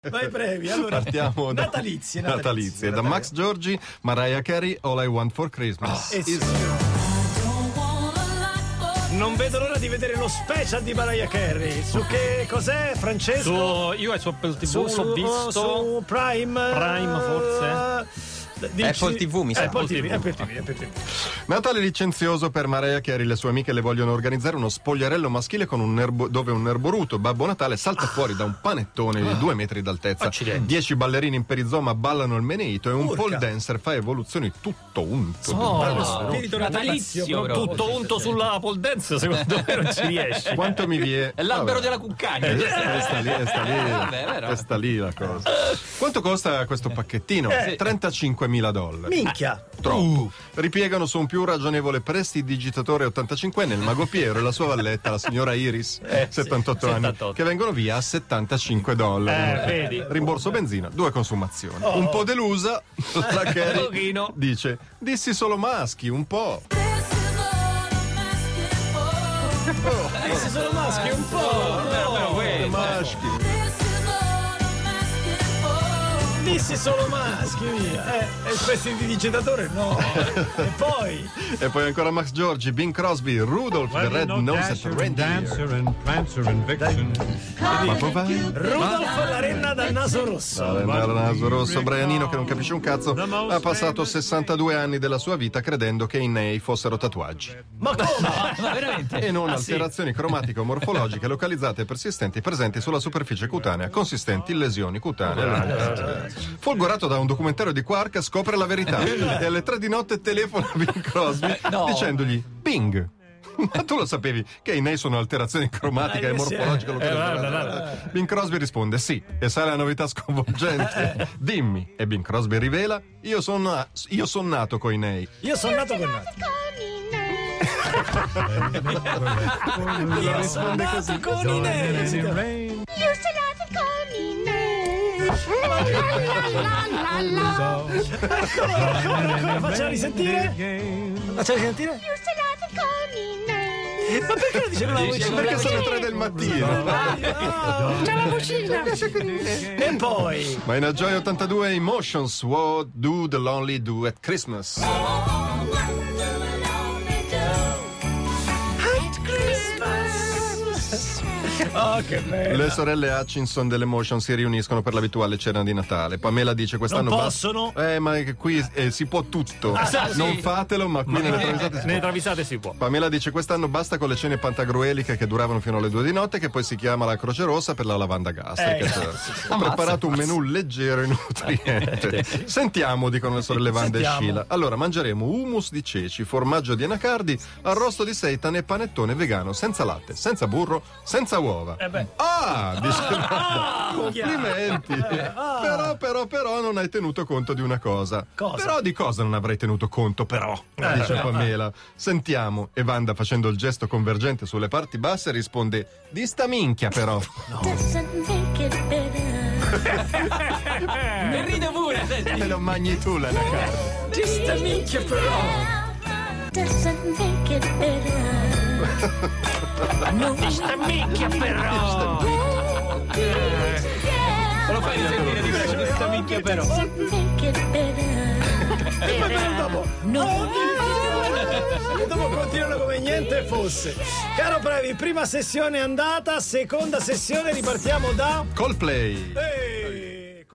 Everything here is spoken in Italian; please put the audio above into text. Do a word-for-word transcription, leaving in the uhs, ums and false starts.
Vai Previ, allora partiamo da natalizie, natalizie, natalizie. Da Max Giorgi, Mariah Carey, All I Want for Christmas. Oh, eh sì. Is... Non vedo l'ora di vedere lo special di Mariah Carey. Su che cos'è, Francesco? Su, io su Apple tivù su, l'ho visto. Su Prime? Prime forse. Dici... Apple tivù mi sa. Apple tivù, Apple tivù, Apple tivù. Natale licenzioso per Mariah Carey. Le sue amiche le vogliono organizzare uno spogliarello maschile con un erbo... dove un erboruto Babbo Natale salta fuori da un panettone di due metri d'altezza. Accidenti. Dieci ballerini in perizoma ballano il meneito e un Urca. pole dancer fa evoluzioni tutto unto. Oh, Bello no. spirito natalizio, proprio. Tutto unto sulla pole dance, secondo me non ci riesce. Quanto mi vie... È l'albero Vabbè. della cuccagna. Eh, eh, sta lì, eh, sta lì, Vabbè, vero. eh, sta lì la cosa. Quanto costa questo pacchettino? Eh. trentacinquemila dollari. Minchia. Troppo. Ripiegano su un più ragionevole prestidigitatore ottantacinquenne il mago Piero e la sua valletta, la signora Iris, Eh, sì, settantotto anni, settantotto. che vengono via a settantacinque dollari. Eh, vedi. Rimborso benzina, due consumazioni. Oh. Un po' delusa, la Carey pochino. dice: dissi solo maschi, un po'. Eh, se sono maschi un po'. Però, però quello. Maschi. Dissi solo maschi, via. Eh, e questi di digitatore no. E poi E poi ancora Max Giorgi, Bing Crosby, Rudolph the Red-Nosed Reindeer. Ma poi vai? Rudolph la renna dal naso rosso. Dal naso rosso, Brianino che non capisce un cazzo ha passato sessantadue anni della sua vita credendo che i nei fossero tatuaggi Ma come? Ma veramente? e non Ah, sì. alterazioni cromatiche o morfologiche localizzate e persistenti presenti sulla superficie cutanea consistenti in lesioni cutanee. Folgorato da un documentario di Quark scopre la verità e alle tre di notte telefona a Bing Crosby No. dicendogli: Bing, ma tu lo sapevi che i nei sono alterazioni cromatiche Eh, e sì. morfologiche Eh, localizzate? guarda, guarda. Bing Crosby risponde sì, e sai la novità sconvolgente? Dimmi. E Bing Crosby rivela: io sono io son nato coi nei. Io sono nato con nato. Io sono nato con i neri. Ancora, ancora, ancora, facciamo risentire? Facciamo risentire? Ma perché lo dice con la voce? Perché sono le tre del mattino. C'è la vocina! E poi? Ma in Joy ottantadue Emotions, What Do the Lonely Do at Christmas? Oh, che bello! Le sorelle Hutchinson dell'Emotion si riuniscono per l'abituale cena di Natale. Pamela dice quest'anno Non basta- possono? Eh, ma è che qui eh, si può tutto. Ah, sì. Non fatelo, ma qui nelle travisate si Nelle può. travisate si può. Pamela dice quest'anno basta con le cene pantagrueliche che duravano fino alle due di notte, che poi si chiama la Croce Rossa per la lavanda gastrica. Eh, Cioè, ho preparato un menù leggero e nutriente. Sentiamo, dicono le sorelle Wanda e Sentiamo. Sheila. Allora, mangeremo hummus di ceci, formaggio di anacardi, arrosto di seitan e panettone vegano, senza latte, senza burro, senza uova. Eh beh. Ah, dice Wanda. Complimenti. Però, però, però non hai tenuto conto di una cosa. Cosa? Però di cosa non avrei tenuto conto, però? Dice Pamela. Sentiamo. E Wanda, facendo il gesto convergente sulle parti basse, risponde: di sta minchia, però. E ride pure. Me lo mangi tu la cara. Ci sta minchia però! Ci sta minchia però! Me lo fai risentire di prego. Questa minchia però. E poi però dopo... E dopo continuano come niente fosse. Caro Previ, prima sessione è andata, seconda sessione ripartiamo da... Coldplay. Ehi!